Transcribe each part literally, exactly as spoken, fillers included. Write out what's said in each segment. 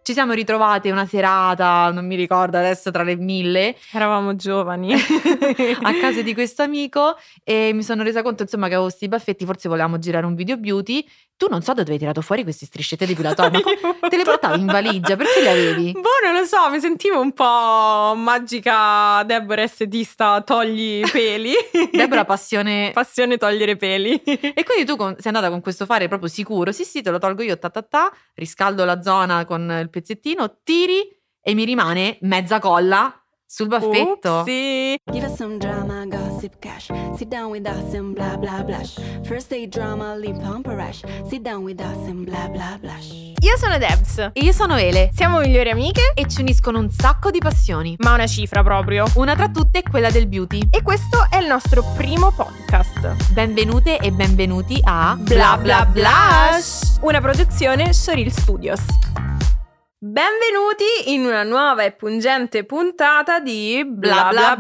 Ci siamo ritrovate una serata, non mi ricordo adesso, tra le mille. Eravamo giovani. A casa di questo amico e mi sono resa conto insomma che avevo questi baffetti, forse volevamo girare un video beauty. Tu non so da dove hai tirato fuori queste striscette depilatorie, ma te le portavi in valigia? Perché le avevi? Boh, non lo so, mi sentivo un po' magica Deborah estetista, togli i peli. Deborah passione Passione togliere peli. E quindi tu con, sei andata con questo fare proprio sicuro, sì sì te lo tolgo io, ta ta ta, riscaldo la zona con il pezzettino, tiri e mi rimane mezza colla sul baffetto. Upsi. Give us some drama, gossip cash. Sit down with us and blah blah blush. First day drama, lip pump rush. Sit down with us and blah blah blush. Io sono Debs. E io sono Ele. Siamo migliori amiche E ci uniscono un sacco di passioni. ma una cifra proprio. Una tra tutte è quella del beauty. E questo è il nostro primo podcast. Benvenute e benvenuti a Bla Bla Blush, una produzione Soril Studios. Benvenuti in una nuova e pungente puntata di Bla Bla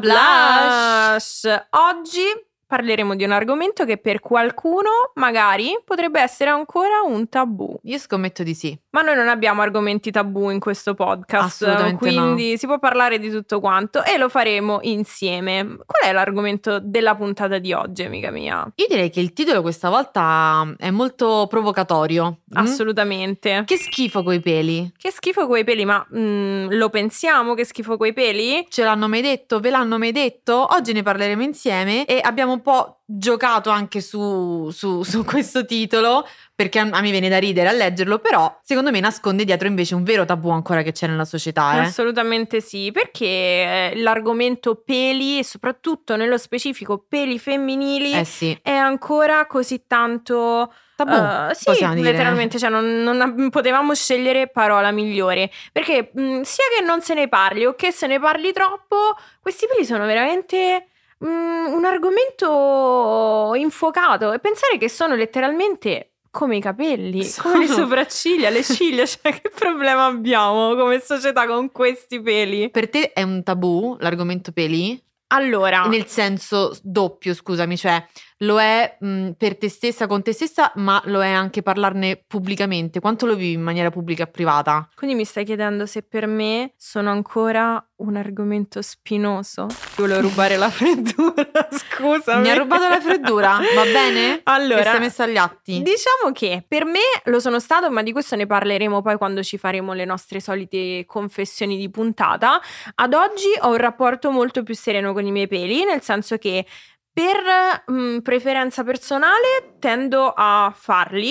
Blush. Oggi parleremo di un argomento che per qualcuno magari potrebbe essere ancora un tabù. Io scommetto di sì. Ma noi non abbiamo argomenti tabù in questo podcast, Assolutamente quindi no. si può parlare di tutto quanto e lo faremo insieme. Qual è l'argomento della puntata di oggi, amica mia? Io direi che il titolo questa volta è molto provocatorio. Mm? Assolutamente. Che schifo coi peli. Che schifo quei peli, ma mm, lo pensiamo che schifo quei peli? Ce l'hanno mai detto? Ve l'hanno mai detto? Oggi ne parleremo insieme e abbiamo un po' giocato anche su, su, su questo titolo perché a, a me viene da ridere a leggerlo, però secondo me nasconde dietro invece un vero tabù ancora che c'è nella società. Eh? Assolutamente sì, perché eh, l'argomento peli e soprattutto nello specifico peli femminili Eh sì. è ancora così tanto... Tabù, Uh, sì, possiamo dire. letteralmente, cioè non, non potevamo scegliere parola migliore, perché mh, sia che non se ne parli o che se ne parli troppo, questi peli sono veramente mh, un argomento infuocato, e pensare che sono letteralmente come i capelli, Sono- come le sopracciglia, le ciglia, cioè che problema abbiamo come società con questi peli? Per te è un tabù l'argomento peli? Allora, Nel senso doppio, scusami, cioè lo è mh, per te stessa, con te stessa, ma lo è anche parlarne pubblicamente. Quanto lo vivi in maniera pubblica e privata? quindi mi stai chiedendo se per me sono ancora un argomento spinoso? Ti volevo rubare la freddura, scusami. Mi ha rubato la freddura, va bene? Allora, E sei messa agli atti? diciamo che per me lo sono stato, ma di questo ne parleremo poi quando ci faremo le nostre solite confessioni di puntata. Ad oggi ho un rapporto molto più sereno con i miei peli, nel senso che per mh, preferenza personale tendo a farli,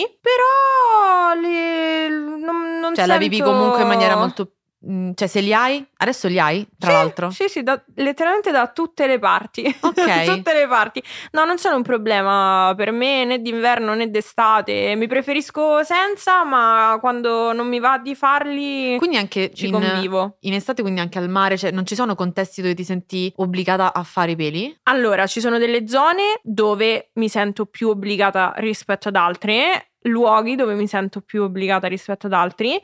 però le, non, non Cioè la vivi sento- comunque in maniera molto... mh, cioè se li hai, adesso li hai, tra Sì, l'altro? Sì, sì, da- letteralmente da tutte le parti. Ok. Tutte le parti. No, non sono un problema per me né d'inverno né d'estate. Mi preferisco senza, ma quando non mi va di farli Quindi anche ci in, convivo. in estate, quindi anche al mare, cioè non ci sono contesti dove ti senti obbligata a fare i peli? Allora, ci sono delle zone dove mi sento più obbligata rispetto ad altre, luoghi dove mi sento più obbligata rispetto ad altri,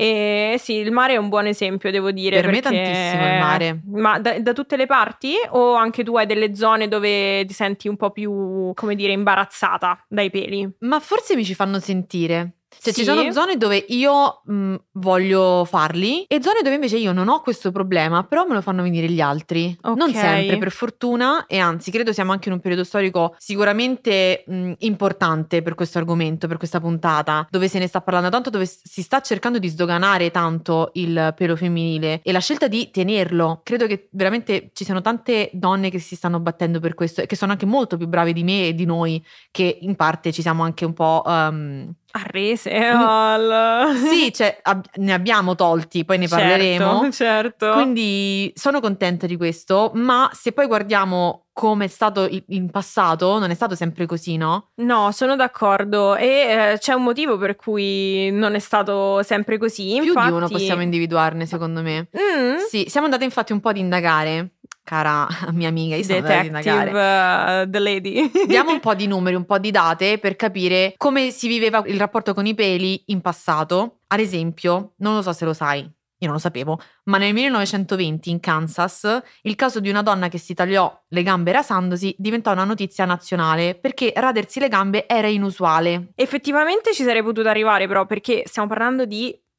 e sì, il mare è un buon esempio, devo dire. Per me perché- tantissimo il mare. Ma da, da tutte le parti, o anche tu hai delle zone dove ti senti un po' più, come dire, imbarazzata dai peli? Ma forse mi ci fanno sentire. Cioè Sì? ci sono zone dove io mh, voglio farli e zone dove invece io non ho questo problema, però me lo fanno venire gli altri. Ok. Non sempre, per fortuna, e anzi credo siamo anche in un periodo storico sicuramente mh, importante per questo argomento, per questa puntata, dove se ne sta parlando tanto, dove s- si sta cercando di sdoganare tanto il pelo femminile e la scelta di tenerlo. Credo che veramente ci siano tante donne che si stanno battendo per questo e che sono anche molto più brave di me e di noi, che in parte ci siamo anche un po'... um, Arrese al... Sì, cioè ab- ne abbiamo tolti, poi ne parleremo. Certo, certo. Quindi sono contenta di questo, ma se poi guardiamo come è stato i- in passato, non è stato sempre così, no? No, sono d'accordo, e eh, c'è un motivo per cui non è stato sempre così. Più Infatti... di uno possiamo individuarne, secondo me. Mm? Sì, siamo andate infatti un po' ad indagare, cara mia amica, io sono andata ad indagare. Detective, uh, the lady. Diamo un po' di numeri, un po' di date per capire come si viveva il rapporto con i peli in passato. Ad esempio, non lo so se lo sai, io non lo sapevo, ma nel millenovecentoventi in Kansas il caso di una donna che si tagliò le gambe rasandosi diventò una notizia nazionale perché radersi le gambe era inusuale. Effettivamente ci sarei potuta arrivare, però, perché stiamo parlando di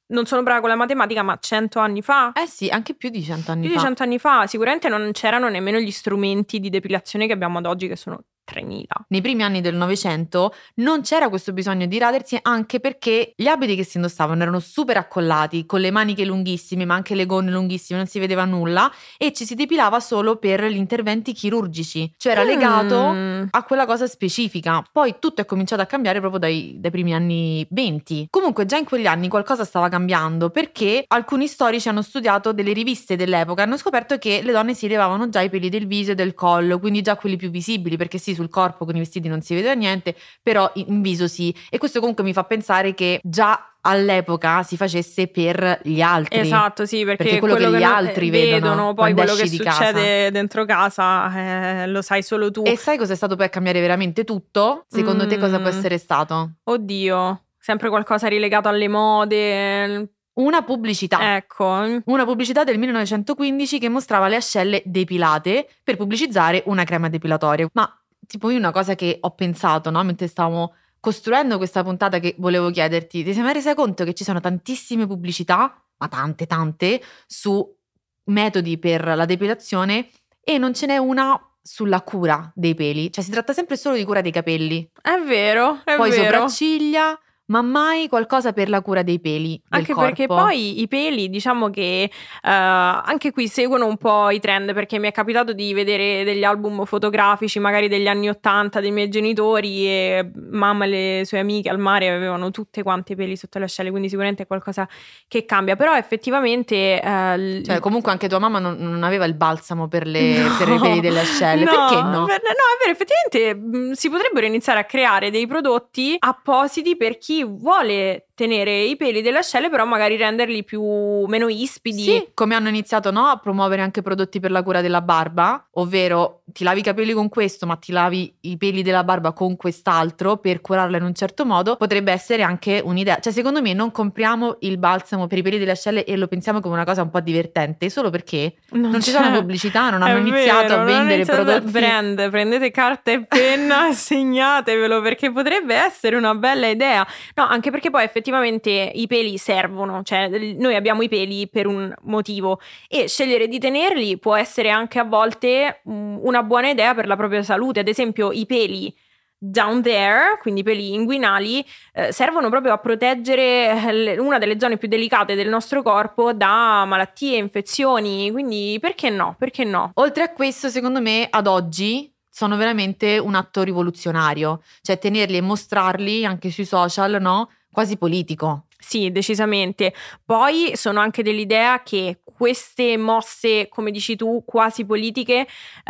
non sono brava con la matematica, ma cento anni fa? Eh sì, anche più di cento anni più fa. Più di cento anni fa, sicuramente non c'erano nemmeno gli strumenti di depilazione che abbiamo ad oggi, che sono tremila. Nei primi anni del Novecento non c'era questo bisogno di radersi, anche perché gli abiti che si indossavano erano super accollati, con le maniche lunghissime, ma anche le gonne lunghissime, non si vedeva nulla, e ci si depilava solo per gli interventi chirurgici, cioè era legato Mm. a quella cosa specifica. Poi tutto è cominciato a cambiare proprio dai, dai primi anni venti. Comunque già in quegli anni qualcosa stava cambiando, perché alcuni storici hanno studiato delle riviste dell'epoca, hanno scoperto che le donne si levavano già i peli del viso e del collo, quindi già quelli più visibili, perché sì, sul corpo con i vestiti non si vedeva niente, però in viso sì. E questo comunque mi fa pensare che già all'epoca si facesse per gli altri. Esatto, sì, perché, perché quello, quello che gli non, altri vedono, vedono poi quello che di succede casa. dentro casa eh, lo sai solo tu. E sai cosa è stato poi a cambiare veramente tutto? Secondo mm. te cosa può essere stato? Oddio, sempre qualcosa rilegato alle mode. Una pubblicità. Ecco. Una pubblicità del millenovecentoquindici che mostrava le ascelle depilate per pubblicizzare una crema depilatoria. Ma tipo io una cosa che ho pensato, no, mentre stavamo costruendo questa puntata, che volevo chiederti, ti sei mai resa conto che ci sono tantissime pubblicità, ma tante tante, su metodi per la depilazione e non ce n'è una sulla cura dei peli? Cioè si tratta sempre solo di cura dei capelli. È vero, è Poi vero. sopracciglia, ma mai qualcosa per la cura dei peli del Anche corpo. perché poi i peli, diciamo che uh, anche qui seguono un po' i trend, perché mi è capitato di vedere degli album fotografici magari degli anni ottanta dei miei genitori, e mamma e le sue amiche al mare avevano tutte quante i peli sotto le ascelle, quindi sicuramente è qualcosa che cambia. Però effettivamente uh, cioè comunque anche tua mamma non, non aveva il balsamo per, le, no, per i peli delle ascelle, no, perché no? Per, no, è vero, effettivamente mh, si potrebbero iniziare a creare dei prodotti appositi per chi vuole tenere i peli delle ascelle, però magari renderli più meno ispidi. Sì, come hanno iniziato, no, a promuovere anche prodotti per la cura della barba, ovvero ti lavi i capelli con questo, ma ti lavi i peli della barba con quest'altro per curarla in un certo modo. Potrebbe essere anche un'idea. Cioè secondo me non compriamo il balsamo per i peli delle ascelle e lo pensiamo come una cosa un po' divertente solo perché non, non ci sono pubblicità, non hanno È iniziato vero, a vendere iniziato prodotti. Brand, prendete carta e penna, segnatevelo, perché potrebbe essere una bella idea. No, anche perché poi effettivamente i peli servono, cioè noi abbiamo i peli per un motivo e scegliere di tenerli può essere anche a volte una buona idea per la propria salute. Ad esempio i peli down there, quindi i peli inguinali, eh, servono proprio a proteggere una delle zone più delicate del nostro corpo da malattie, infezioni, quindi perché no? Perché no? Oltre a questo, secondo me ad oggi sono veramente un atto rivoluzionario, cioè tenerli e mostrarli anche sui social, no? Quasi politico. Sì, decisamente. Poi sono anche dell'idea che queste mosse, come dici tu, quasi politiche,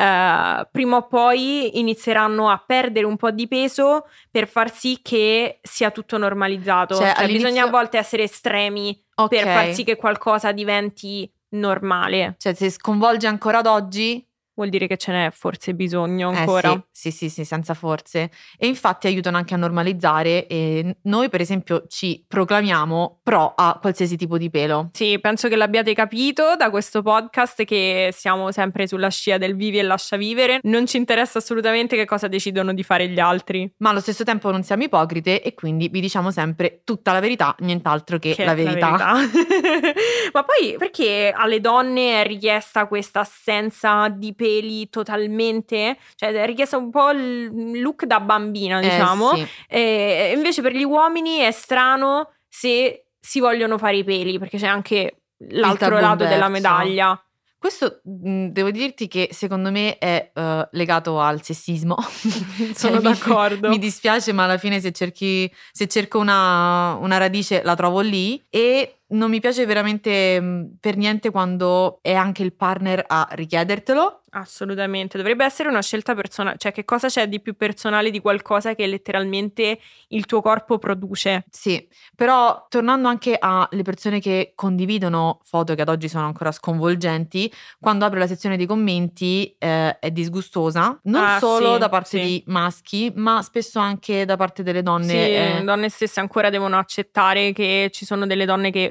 eh, prima o poi inizieranno a perdere un po' di peso per far sì che sia tutto normalizzato. Cioè, Cioè, all'inizio... bisogna a volte essere estremi okay. per far sì che qualcosa diventi normale. Cioè, se sconvolge ancora ad oggi, vuol dire che ce n'è forse bisogno ancora. Eh sì, sì, sì, sì, senza forze. E infatti aiutano anche a normalizzare, e noi per esempio ci proclamiamo pro a qualsiasi tipo di pelo. Sì, penso che l'abbiate capito da questo podcast che siamo sempre sulla scia del vivi e lascia vivere. Non ci interessa assolutamente che cosa decidono di fare gli altri. Ma allo stesso tempo non siamo ipocrite e quindi vi diciamo sempre tutta la verità, nient'altro che, che la verità. La verità. Ma poi perché alle donne è richiesta questa assenza di pelo totalmente, cioè è richiesta un po' il look da bambina, diciamo, eh, sì. E invece per gli uomini è strano se si vogliono fare i peli, perché c'è anche l'altro lato della medaglia. Questo mh, devo dirti che secondo me è uh, legato al sessismo. Sono cioè, d'accordo. Mi, mi dispiace, ma alla fine se cerchi se cerco una, una radice la trovo lì, e non mi piace veramente mh, per niente quando è anche il partner a richiedertelo. Assolutamente, dovrebbe essere una scelta personale, cioè che cosa c'è di più personale di qualcosa che letteralmente il tuo corpo produce. Sì, però tornando anche alle persone che condividono foto che ad oggi sono ancora sconvolgenti, quando apre la sezione dei commenti eh, è disgustosa, non ah, solo sì, da parte sì. di maschi, ma spesso anche da parte delle donne. Sì, eh. donne stesse ancora devono accettare che ci sono delle donne che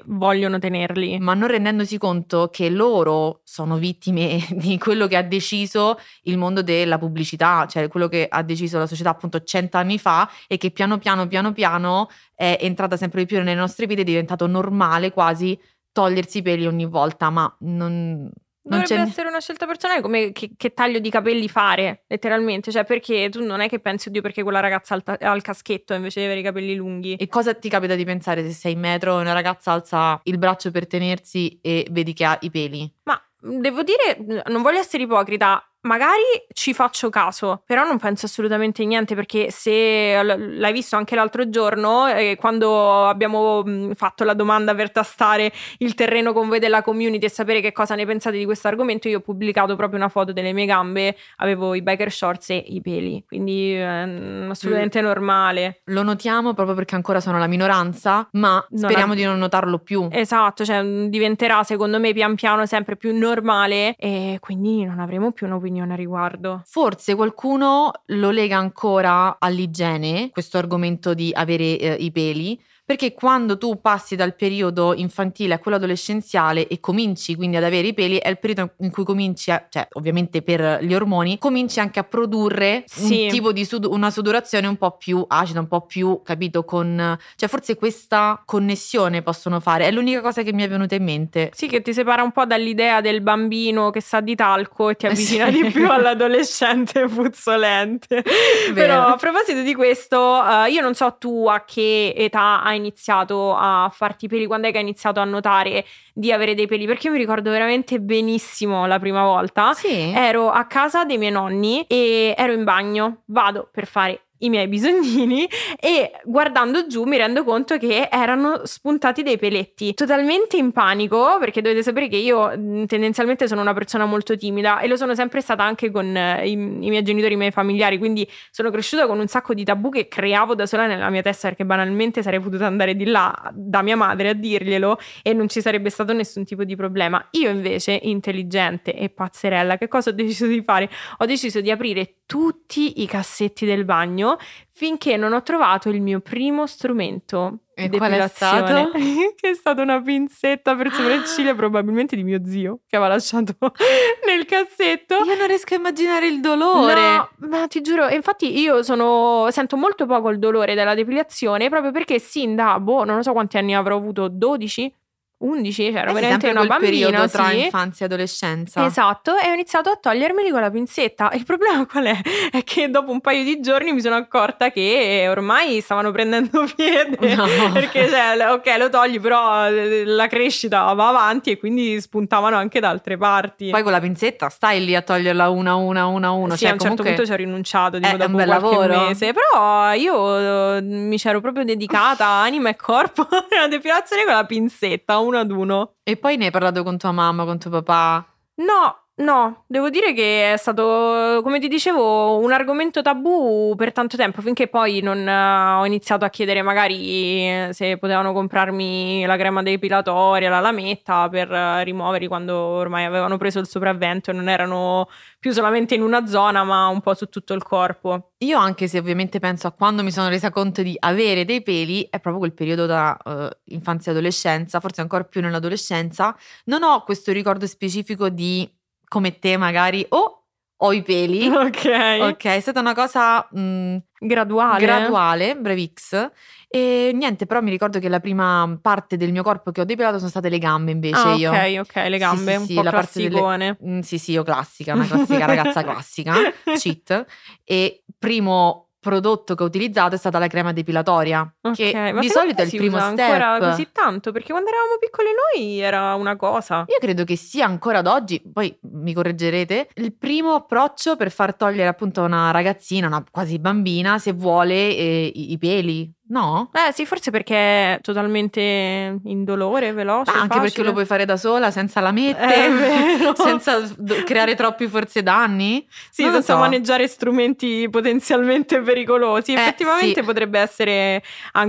vogliono tenerli. Ma non rendendosi conto che loro sono vittime di quello che ha deciso il mondo della pubblicità, cioè quello che ha deciso la società appunto cent'anni fa, e che piano piano piano piano è entrata sempre di più nelle nostre vite, è diventato normale quasi togliersi i peli ogni volta, ma non... Non Dovrebbe c'è... essere una scelta personale, come che, che taglio di capelli fare, letteralmente. Cioè, perché tu non è che pensi, oddio, perché quella ragazza ha il, ta- ha il caschetto invece di avere i capelli lunghi. E cosa ti capita di pensare se sei in metro e una ragazza alza il braccio per tenersi e vedi che ha i peli? Ma devo dire, non voglio essere ipocrita, magari ci faccio caso, però non penso assolutamente niente, perché se l- l'hai visto anche l'altro giorno, eh, quando abbiamo mh, fatto la domanda per tastare il terreno con voi della community e sapere che cosa ne pensate di questo argomento, io ho pubblicato proprio una foto delle mie gambe, avevo i biker shorts e i peli, quindi eh, assolutamente Mm. normale. Lo notiamo proprio perché ancora sono la minoranza, ma Non speriamo ha- di non notarlo più. Esatto, cioè mh, diventerà secondo me pian piano sempre più normale e quindi non avremo più un'opinione a riguardo. Forse qualcuno lo lega ancora all'igiene, questo argomento di avere eh, i peli, perché quando tu passi dal periodo infantile a quello adolescenziale e cominci quindi ad avere i peli, è il periodo in cui cominci, a, cioè ovviamente per gli ormoni, cominci anche a produrre Sì. un tipo di sud- una sudorazione un po' più acida, un po' più, capito, con... Cioè forse questa connessione possono fare, è l'unica cosa che mi è venuta in mente. Sì, che ti separa un po' dall'idea del bambino che sa di talco e ti avvicina Sì. di più all'adolescente puzzolente. Però a proposito di questo, eh, io non so tu a che età hai iniziato a farti i peli, quando è che hai iniziato a notare di avere dei peli, perché io mi ricordo veramente benissimo la prima volta. Sì. Ero a casa dei miei nonni e ero in bagno, vado per fare i miei bisognini e guardando giù mi rendo conto che erano spuntati dei peletti, totalmente in panico, perché dovete sapere che io mh, tendenzialmente sono una persona molto timida e lo sono sempre stata anche con eh, i, i miei genitori, i miei familiari, quindi sono cresciuta con un sacco di tabù che creavo da sola nella mia testa, perché banalmente sarei potuta andare di là da mia madre a dirglielo e non ci sarebbe stato nessun tipo di problema. Io invece, intelligente e pazzerella, che cosa ho deciso di fare? Ho deciso di aprire tutti i cassetti del bagno finché non ho trovato il mio primo strumento E di qual è depilazione, stato? che è stata una pinzetta per sopracciglia, probabilmente di mio zio, che aveva lasciato nel cassetto. Io non riesco a immaginare il dolore. No, ma ti giuro, e infatti io sono sento molto poco il dolore della depilazione, proprio perché sin da, boh, non lo so quanti anni avrò avuto, dodici, undici, cioè ero È veramente sempre una quel bambina, periodo tra sì. infanzia e adolescenza. Esatto, e ho iniziato a togliermeli con la pinzetta. Il problema qual è? È che dopo un paio di giorni mi sono accorta che ormai stavano prendendo piede. No. Perché cioè, ok, lo togli, però la crescita va avanti e quindi spuntavano anche da altre parti. Poi con la pinzetta stai lì a toglierla una una una una. Sì, cioè, a un certo comunque punto ci ho rinunciato, tipo è un dopo bel qualche lavoro. mese. Però io eh, mi c'ero proprio dedicata anima e corpo alla depilazione con la pinzetta, uno ad uno. E poi ne hai parlato con tua mamma, con tuo papà? No, no, devo dire che è stato, come ti dicevo, un argomento tabù per tanto tempo, finché poi non eh, ho iniziato a chiedere magari se potevano comprarmi la crema depilatoria, la lametta per eh, rimuoverli quando ormai avevano preso il sopravvento e non erano più solamente in una zona, ma un po' su tutto il corpo. Io, anche se ovviamente penso a quando mi sono resa conto di avere dei peli, è proprio quel periodo da eh, infanzia e adolescenza, forse ancora più nell'adolescenza. Non ho questo ricordo specifico di, come te magari, oh, ho i peli. Ok. Ok, è stata una cosa mh, Graduale. graduale, bravix. E niente, però mi ricordo che la prima parte del mio corpo che ho depilato sono state le gambe, invece. Ah, io. ok, ok, le Sì, gambe, sì, un sì, po' la parte delle- classicone. Mm, sì, sì, io classica, una classica ragazza classica, cheat. E primo prodotto che ho utilizzato è stata la crema depilatoria, Ok, che ma di secondo solito te è il si primo usa step. ancora così tanto? Perché quando eravamo piccoli noi era una cosa. Io credo che sia ancora ad oggi, poi mi correggerete, il primo approccio per far togliere appunto a una ragazzina, una quasi bambina, se vuole, eh, i, i peli, no? Eh sì, forse perché è totalmente indolore, veloce, Ma anche perché facile. lo puoi fare da sola, senza lamette, È vero. senza do- creare troppi forse danni. Sì, Non lo senza so. maneggiare strumenti potenzialmente pericolosi. Eh, Effettivamente sì. potrebbe essere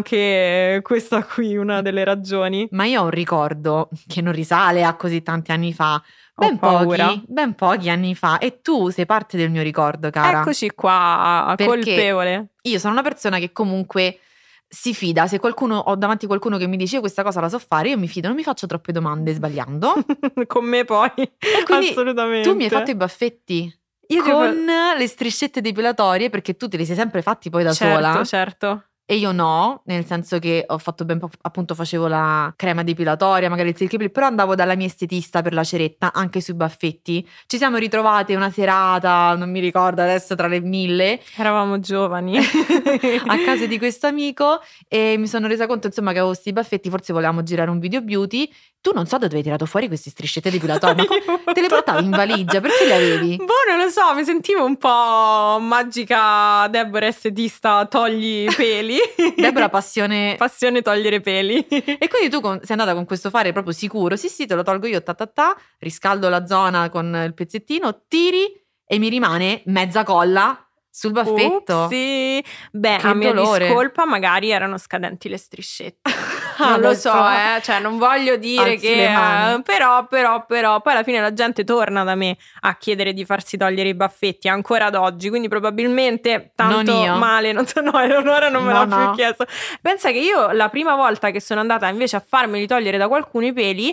anche questa qui una delle ragioni. Ma io ho un ricordo che non risale a così tanti anni fa, ben paura. pochi, ben pochi anni fa, e tu sei parte del mio ricordo, cara. Eccoci qua, Perché colpevole. Io sono una persona che comunque si fida. Se qualcuno ho davanti qualcuno che mi dice io questa cosa la so fare, io mi fido, non mi faccio troppe domande sbagliando. Con me poi, E quindi assolutamente. tu mi hai fatto i baffetti Io con devo- le striscette depilatorie, perché tu te li sei sempre fatti poi da certo, sola. certo. E io no, nel senso che ho fatto ben po', appunto facevo la crema depilatoria, magari il silky peel, però andavo dalla mia estetista per la ceretta, anche sui baffetti. Ci siamo ritrovate una serata, non mi ricordo adesso tra le mille, Eravamo giovani. a casa di questo amico, e mi sono resa conto insomma che avevo questi baffetti, forse volevamo girare un video beauty. Tu non so da dove hai tirato fuori queste striscette depilatorie, ma come- te le portavi in valigia? Perché le avevi? Boh, non lo so, mi sentivo un po' magica Deborah estetista, togli i peli. Deborah passione. Passione togliere peli. E quindi tu con- sei andata con questo fare proprio sicuro, sì sì te lo tolgo io, ta ta ta, riscaldo la zona con il pezzettino, tiri e mi rimane mezza colla sul baffetto. Sì. Beh, Che a mia dolore. discolpa magari erano scadenti le striscette. Ah, Non lo adesso so, eh, cioè non voglio dire alzi che le mani. eh, però, però, però poi alla fine la gente torna da me a chiedere di farsi togliere i baffetti ancora ad oggi, quindi probabilmente tanto Non io. male, non so, no, Eleonora non me No, l'ha più no. chiesto. Pensa che io la prima volta che sono andata invece a farmeli togliere da qualcuno i peli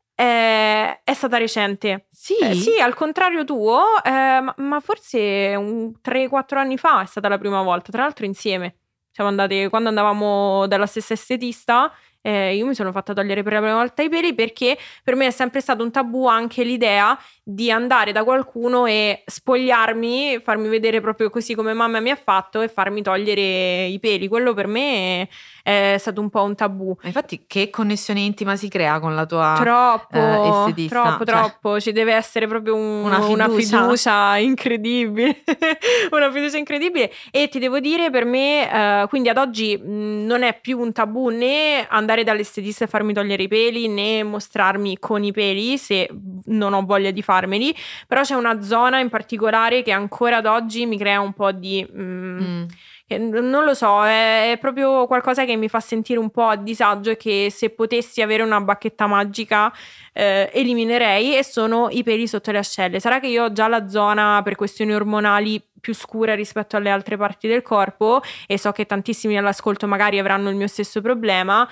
eh, è stata recente. Sì? Eh, sì, al contrario tuo, eh, ma, ma forse un tre quattro anni fa è stata la prima volta, tra l'altro insieme. Siamo andate, quando andavamo dalla stessa estetista, eh, io mi sono fatta togliere per la prima volta i peli perché per me è sempre stato un tabù anche l'idea di andare da qualcuno e spogliarmi, farmi vedere proprio così come mamma mi ha fatto e farmi togliere i peli. Quello per me è stato un po' un tabù. Ma infatti che connessione intima si crea con la tua Troppo, eh, estetista? troppo, Cioè, troppo. Ci deve essere proprio un- una una, fiducia. fiducia. incredibile. Una fiducia incredibile. E ti devo dire, per me, eh, quindi ad oggi mh, non è più un tabù né andare dall'estetista e farmi togliere i peli, né mostrarmi con i peli se non ho voglia di farmeli. Però c'è una zona in particolare che ancora ad oggi mi crea un po' di... mh, mm. che n- non lo so, è, è proprio qualcosa che mi fa sentire un po' a disagio e che se potessi avere una bacchetta magica eh, eliminerei, e sono i peli sotto le ascelle. Sarà che io ho già la zona per questioni ormonali più scura rispetto alle altre parti del corpo e so che tantissimi all'ascolto magari avranno il mio stesso problema,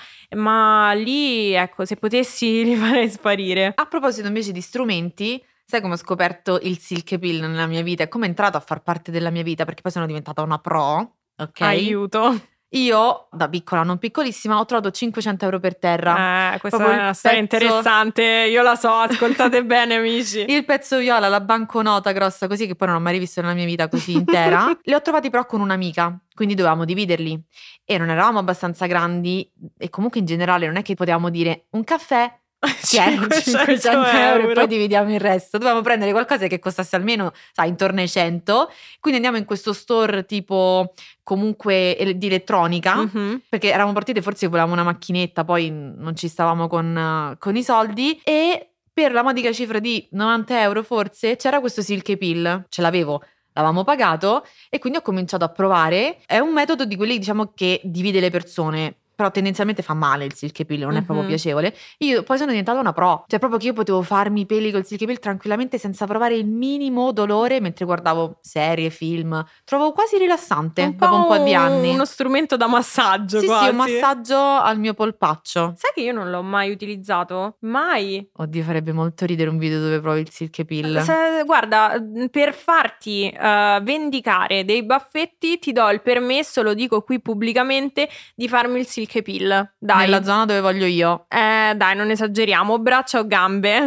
ma lì ecco, se potessi li farei sparire. A proposito invece di strumenti, sai come ho scoperto il silky peel nella mia vita e come è entrato a far parte della mia vita, perché poi sono diventata una pro, ok? Aiuto. Io, da piccola, non piccolissima, ho trovato cinquecento euro per terra. Eh, questa Proprio è il una storia pezzo- interessante, io la so, ascoltate bene amici. Il pezzo viola, la banconota grossa così, che poi non ho mai rivisto nella mia vita così intera. Li ho trovati però con un'amica, quindi dovevamo dividerli. E non eravamo abbastanza grandi e comunque in generale non è che potevamo dire un caffè, tieni cinquecento euro e poi dividiamo il resto. Dovevamo prendere qualcosa che costasse almeno, sai, intorno ai cento. Quindi andiamo in questo store tipo comunque ele- di elettronica, Mhm. perché eravamo partite forse che volevamo una macchinetta, poi non ci stavamo con, eh, con i soldi, e per la modica cifra di novanta euro forse c'era questo silky peel, ce l'avevo, l'avevamo pagato e quindi ho cominciato a provare. È un metodo di quelli, diciamo, che divide le persone, però tendenzialmente fa male il silky peel, non è proprio Mhm. piacevole. Io poi sono diventata una pro, cioè proprio che io potevo farmi i peli col silky peel tranquillamente senza provare il minimo dolore mentre guardavo serie, film. Trovavo quasi rilassante Un dopo un po' di anni. uno strumento da massaggio Sì, quasi. sì, un massaggio al mio polpaccio. Sai che io non l'ho mai utilizzato? Mai. Oddio, farebbe molto ridere un video dove provi il silky peel. Se- guarda, per farti eh, vendicare dei baffetti ti do il permesso, lo dico qui pubblicamente, di farmi il silky peel. Dai. Nella zona dove voglio io. Eh, dai, non esageriamo, braccia o gambe?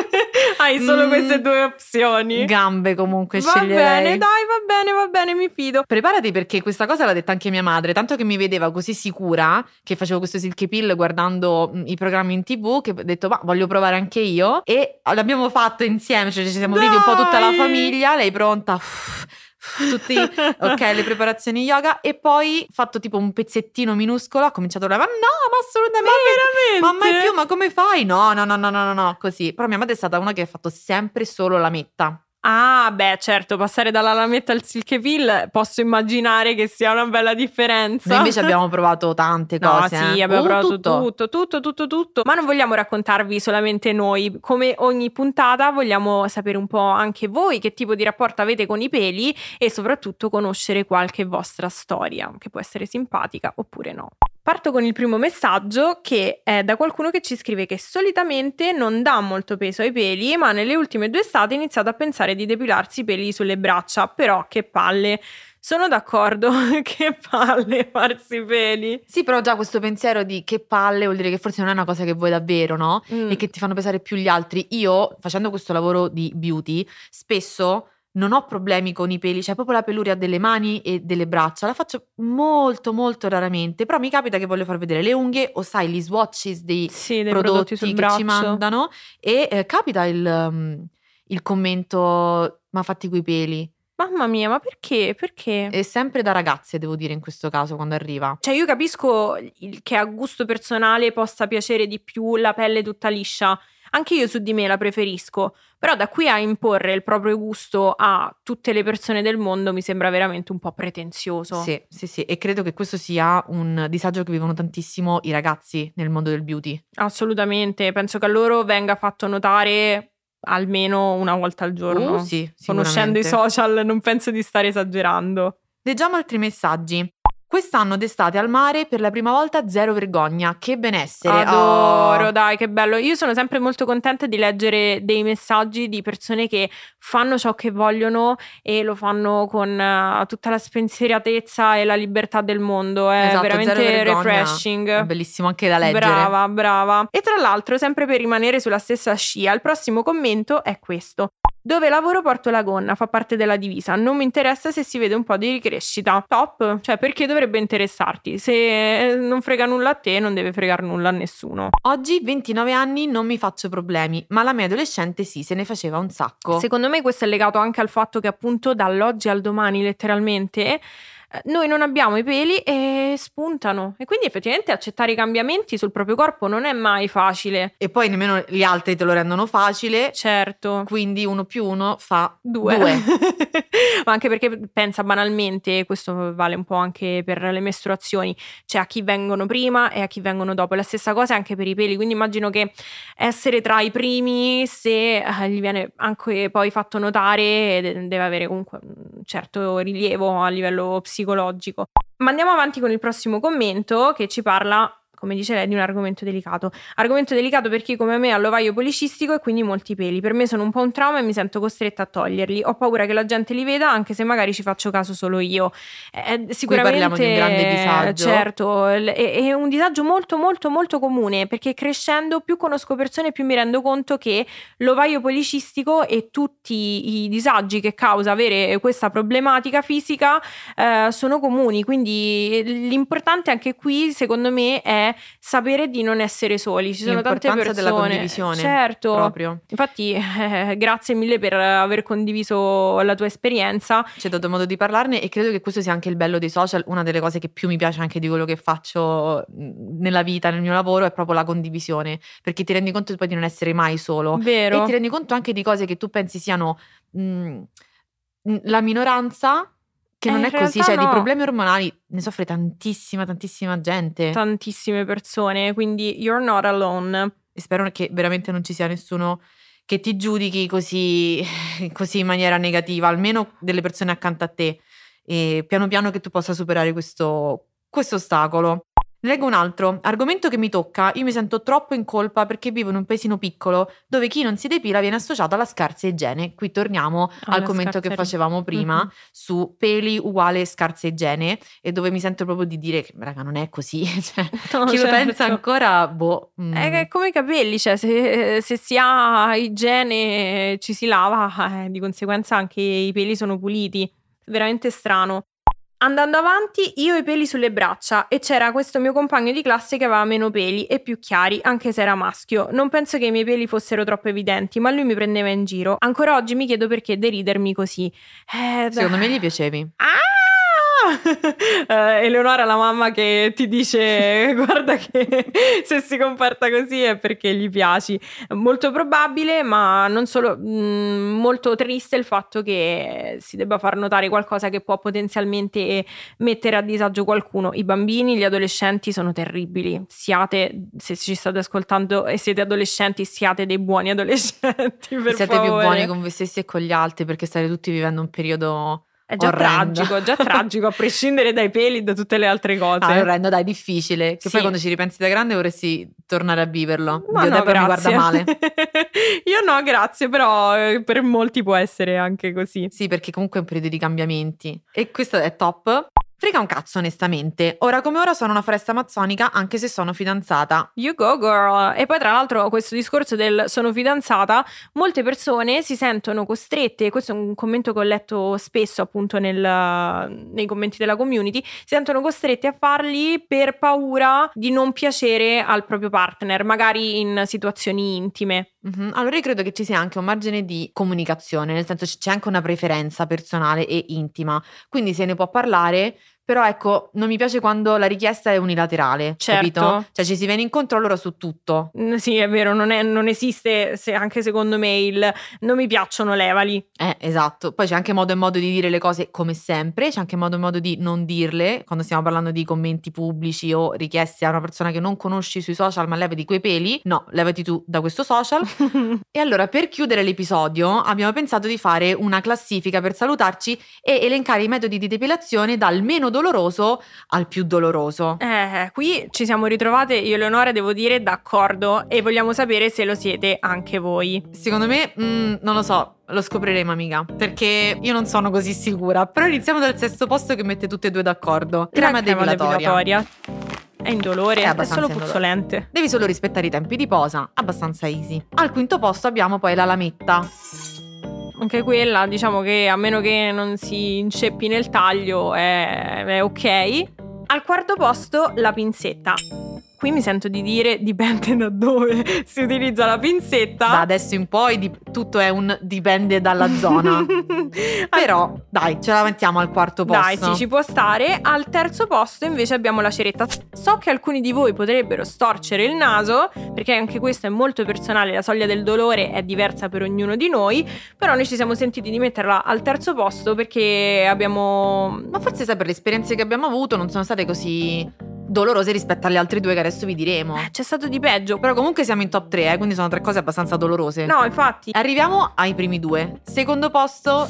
Hai solo Mm, queste due opzioni. Gambe comunque Va sceglierei. bene, dai, va bene, va bene, mi fido. Preparati perché questa cosa l'ha detta anche mia madre, tanto che mi vedeva così sicura che facevo questo silky peel guardando mh, i programmi in tv, che ho detto ma voglio provare anche io, e l'abbiamo fatto insieme, cioè ci siamo uniti un po' tutta la Dai! famiglia, lei pronta, uff, uff, tutti ok, le preparazioni yoga, e poi fatto tipo un pezzettino minuscolo, ha cominciato a dire ma no, ma assolutamente, Ma ma veramente? mai più, ma come fai? No, no, no, no, no, no, no, così. Però mia madre è stata una che ha fatto sempre solo la metta. Ah, beh, certo, passare dalla lametta al silk peel posso immaginare che sia una bella differenza. Noi invece abbiamo provato tante No, cose. sì, eh. abbiamo Uh, provato tutto. tutto, tutto, tutto, tutto. Ma non vogliamo raccontarvi solamente noi. Come ogni puntata vogliamo sapere un po' anche voi che tipo di rapporto avete con i peli e soprattutto conoscere qualche vostra storia, che può essere simpatica oppure no. Parto con il primo messaggio, che è da qualcuno che ci scrive che solitamente non dà molto peso ai peli, ma nelle ultime due estate ha iniziato a pensare di depilarsi i peli sulle braccia. Però che palle, sono d'accordo, che palle farsi i peli. Sì, però già questo pensiero di che palle vuol dire che forse non è una cosa che vuoi davvero, no? Mm. E che ti fanno pesare più gli altri. Io, facendo questo lavoro di beauty, spesso non ho problemi con i peli, cioè proprio la peluria delle mani e delle braccia la faccio molto molto raramente, però mi capita che voglio far vedere le unghie o sai gli swatches dei, Sì, dei prodotti, prodotti sul che braccio. ci mandano e eh, capita il, um, il commento ma fatti coi peli. Mamma mia, ma perché? Perché? È sempre da ragazze, devo dire, in questo caso, quando arriva. Cioè io capisco il- che a gusto personale possa piacere di più la pelle tutta liscia. Anche io su di me la preferisco, però da qui a imporre il proprio gusto a tutte le persone del mondo mi sembra veramente un po' pretenzioso. Sì, sì, sì, e credo che questo sia un disagio che vivono tantissimo i ragazzi nel mondo del beauty. Assolutamente, penso che a loro venga fatto notare almeno una volta al giorno. Uh, sì, Conoscendo i sicuramente. social non penso di stare esagerando. Leggiamo altri messaggi. Quest'anno d'estate al mare per la prima volta zero vergogna, che benessere. Adoro, Oh. dai, che bello. Io sono sempre molto contenta di leggere dei messaggi di persone che fanno ciò che vogliono e lo fanno con uh, tutta la spensieratezza e la libertà del mondo. È Esatto, veramente zero vergogna. refreshing. È bellissimo anche da leggere. Brava, brava. E tra l'altro, sempre per rimanere sulla stessa scia, il prossimo commento è questo. Dove lavoro porto la gonna, fa parte della divisa. Non mi interessa se si vede un po' di ricrescita. Top, cioè perché dovrebbe interessarti? Se non frega nulla a te, non deve fregar nulla a nessuno. Oggi, ventinove anni, non mi faccio problemi, ma la mia adolescente sì, se ne faceva un sacco. Secondo me questo è legato anche al fatto che appunto dall'oggi al domani letteralmente noi non abbiamo i peli e spuntano e quindi effettivamente accettare i cambiamenti sul proprio corpo non è mai facile. E poi nemmeno gli altri te lo rendono facile. Certo. Quindi uno più uno fa due, due. Ma anche perché pensa banalmente, questo vale un po' anche per le mestruazioni, cioè a chi vengono prima e a chi vengono dopo, è la stessa cosa anche per i peli, quindi immagino che essere tra i primi, se eh, gli viene anche poi fatto notare, deve avere comunque un certo rilievo a livello psicologico. Ma andiamo avanti con il prossimo commento che ci parla, come dice lei, di un argomento delicato. Argomento delicato per chi come me ha l'ovaio policistico e quindi molti peli. Per me sono un po' un trauma e mi sento costretta a toglierli. Ho paura che la gente li veda, anche se magari ci faccio caso solo io. Eh, sicuramente parliamo di un grande disagio. Certo, è, è un disagio molto molto molto comune, perché crescendo più conosco persone più mi rendo conto che l'ovaio policistico e tutti i disagi che causa avere questa problematica fisica eh, sono comuni. Quindi l'importante anche qui, secondo me, è sapere di non essere soli. Ci sono tante persone della condivisione, certo, proprio. Infatti eh, grazie mille per aver condiviso la tua esperienza. Ci hai dato modo di parlarne e credo che questo sia anche il bello dei social. Una delle cose che più mi piace anche di quello che faccio nella vita, nel mio lavoro, è proprio la condivisione, perché ti rendi conto poi di non essere mai solo. Vero. E ti rendi conto anche di cose che tu pensi siano mh, la minoranza, che non Eh, è in così, realtà cioè no. di problemi ormonali ne soffre tantissima, tantissima gente. Tantissime persone, quindi you're not alone. E spero che veramente non ci sia nessuno che ti giudichi così, così in maniera negativa, almeno delle persone accanto a te, e piano piano che tu possa superare questo, questo ostacolo. Leggo un altro argomento che mi tocca. Io mi sento troppo in colpa perché vivo in un paesino piccolo dove chi non si depila viene associato alla scarsa igiene. Qui torniamo Alla al commento che scarsa- facevamo prima Mhm. su peli uguale scarsa igiene, e dove mi sento proprio di dire che raga non è così. Cioè, No, chi lo certo. pensa ancora, boh. mm. È come i capelli, cioè se, se si ha igiene ci si lava, eh, di conseguenza anche i peli sono puliti. Veramente strano. Andando avanti, io ho i peli sulle braccia e c'era questo mio compagno di classe che aveva meno peli e più chiari, anche se era maschio. Non penso che i miei peli fossero troppo evidenti, ma lui mi prendeva in giro. Ancora oggi mi chiedo perché deridermi così. Eh, Secondo me gli piacevi. Ah! eh, Eleonora la mamma che ti dice guarda che se si comporta così è perché gli piaci. Molto probabile, ma non solo, mh, molto triste il fatto che si debba far notare qualcosa che può potenzialmente mettere a disagio qualcuno. I bambini, gli adolescenti sono terribili. Siate, se ci state ascoltando e siete adolescenti, siate dei buoni adolescenti, per Siete favore. più buoni con voi stessi e con gli altri, perché state tutti vivendo un periodo È già orrendo. tragico, già tragico, a prescindere dai peli e da tutte le altre cose. Ah, è orrendo, dai, difficile. Che Sì. poi quando ci ripensi da grande vorresti tornare a viverlo. Ma Dio no, Debra mi grazie. guarda male. Io no, grazie, però eh, per molti può essere anche così. Sì, perché comunque è un periodo di cambiamenti. E questo è top. Frega un cazzo, onestamente. Ora come ora sono una foresta amazzonica, anche se sono fidanzata. You go girl. E poi tra l'altro questo discorso del sono fidanzata, molte persone si sentono costrette, questo è un commento che ho letto spesso appunto nel, nei commenti della community, si sentono costrette a farli per paura di non piacere al proprio partner, magari in situazioni intime. Mhm. Allora io credo che ci sia anche un margine di comunicazione, nel senso c'è anche una preferenza personale e intima, quindi se ne può parlare. Però ecco, non mi piace quando la richiesta è unilaterale, Certo. capito? Cioè ci si viene incontro loro su tutto. Mm, Sì, è vero, non, è- non esiste, se anche secondo me il non mi piacciono, levali. Eh, esatto. Poi c'è anche modo e modo di dire le cose come sempre, c'è anche modo e modo di non dirle, quando stiamo parlando di commenti pubblici o richiesti a una persona che non conosci sui social, ma levati quei peli. No, levati tu da questo social. E allora, per chiudere l'episodio, abbiamo pensato di fare una classifica per salutarci e elencare i metodi di depilazione dal meno doloroso al più doloroso. Eh, qui ci siamo ritrovate, io e Leonora devo dire d'accordo, e vogliamo sapere se lo siete anche voi. Secondo me, mm, non lo so, lo scopriremo, amica, perché io non sono così sicura. Però iniziamo dal sesto posto che mette tutte e due d'accordo. Crema La crema depilatoria. depilatoria. È indolore, È è, abbastanza solo indolore. puzzolente. Devi solo rispettare i tempi di posa, abbastanza easy. Al quinto posto abbiamo poi la lametta. Anche quella, diciamo che a meno che non si inceppi nel taglio è, è ok. Al quarto posto la pinzetta. Qui mi sento di dire dipende da dove si utilizza la pinzetta. Da adesso in poi di- tutto è un dipende dalla zona. Però dai, ce la mettiamo al quarto posto. Dai, sì, ci può stare. Al terzo posto invece abbiamo la ceretta. So che alcuni di voi potrebbero storcere il naso, perché anche questo è molto personale, la soglia del dolore è diversa per ognuno di noi, però noi ci siamo sentiti di metterla al terzo posto perché abbiamo... Ma forse sai, per le esperienze che abbiamo avuto non sono state così dolorose rispetto alle altre due che adesso vi diremo. C'è stato di peggio. Però comunque siamo in top tre, eh, quindi sono tre cose abbastanza dolorose. No, infatti. Arriviamo ai primi due. Secondo posto,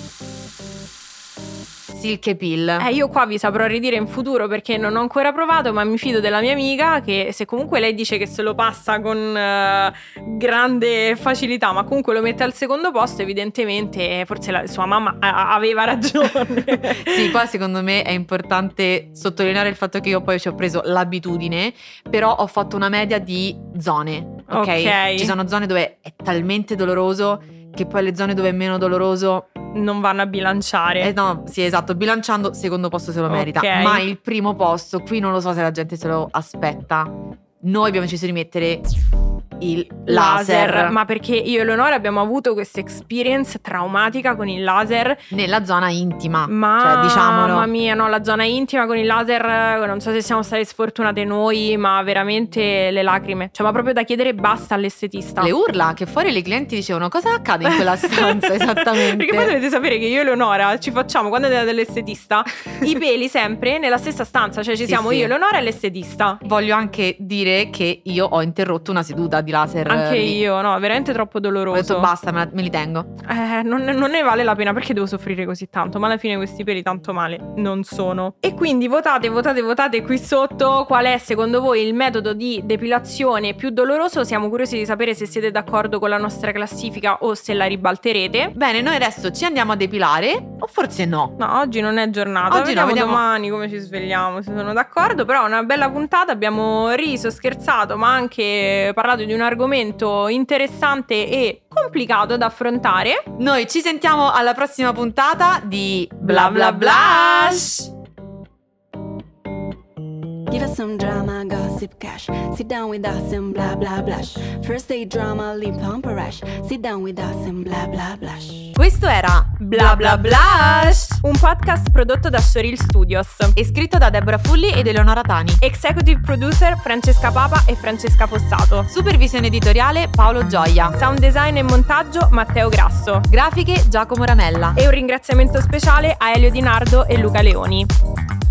Silk Pill. Eh, io qua vi saprò ridire in futuro perché non ho ancora provato, ma mi fido della mia amica che se comunque lei dice che se lo passa con eh, grande facilità, ma comunque lo mette al secondo posto, evidentemente forse la sua mamma a- aveva ragione. Sì, qua secondo me è importante sottolineare il fatto che io poi ci ho preso l'abitudine, però ho fatto una media di zone, ok? Ok. Ci sono zone dove è talmente doloroso che poi le zone dove è meno doloroso, Non vanno a bilanciare. eh no, sì, esatto, bilanciando secondo posto se lo merita, Ok. ma il primo posto qui non lo so se la gente se lo aspetta. Noi abbiamo deciso di mettere il laser, Ma perché io e Leonora abbiamo avuto questa experience traumatica con il laser. nella zona intima, Ma cioè diciamolo. mamma mia, no, la zona intima con il laser, non so se siamo state sfortunate noi, ma veramente le lacrime. Cioè, ma proprio da chiedere basta all'estetista. Le urla, che fuori le clienti dicevano cosa accade in quella stanza esattamente. Perché poi dovete sapere che io e Leonora ci facciamo, quando andiamo dall'estetista, i peli sempre nella stessa stanza. Cioè ci Sì, siamo sì. io, Leonora e l'estetista. Voglio anche dire che io ho interrotto una seduta di laser. Anche lì. io, no, veramente troppo Ho doloroso. detto basta, me, la- me li tengo. Eh, non, non ne vale la pena perché devo soffrire così tanto, ma alla fine questi peli tanto male non sono. E quindi votate, votate, votate qui sotto qual è secondo voi il metodo di depilazione più doloroso. Siamo curiosi di sapere se siete d'accordo con la nostra classifica o se la ribalterete. Bene, noi adesso ci andiamo a depilare, o forse no. No, oggi non è giornata, Oggi no, vediamo, vediamo. domani come ci svegliamo, se sono d'accordo. Però è una bella puntata, abbiamo riso, scherzato, ma anche parlato di un argomento interessante e complicato da affrontare. Noi ci sentiamo alla prossima puntata di Bla Bla Blush. You Give us some drama, gossip, cash. Sit down with us and blah blah blush. First day drama, lip pump a rash. Sit down with us and blah blah blush. Questo era Bla Bla Blush, un podcast prodotto da Soril Studios e scritto da Deborah Fulli ed Eleonora Tani. Executive producer Francesca Papa e Francesca Fossato. Supervisione editoriale Paolo Gioia. Sound design e montaggio Matteo Grasso. Grafiche Giacomo Ramella. E un ringraziamento speciale a Elio Di Nardo e Luca Leoni.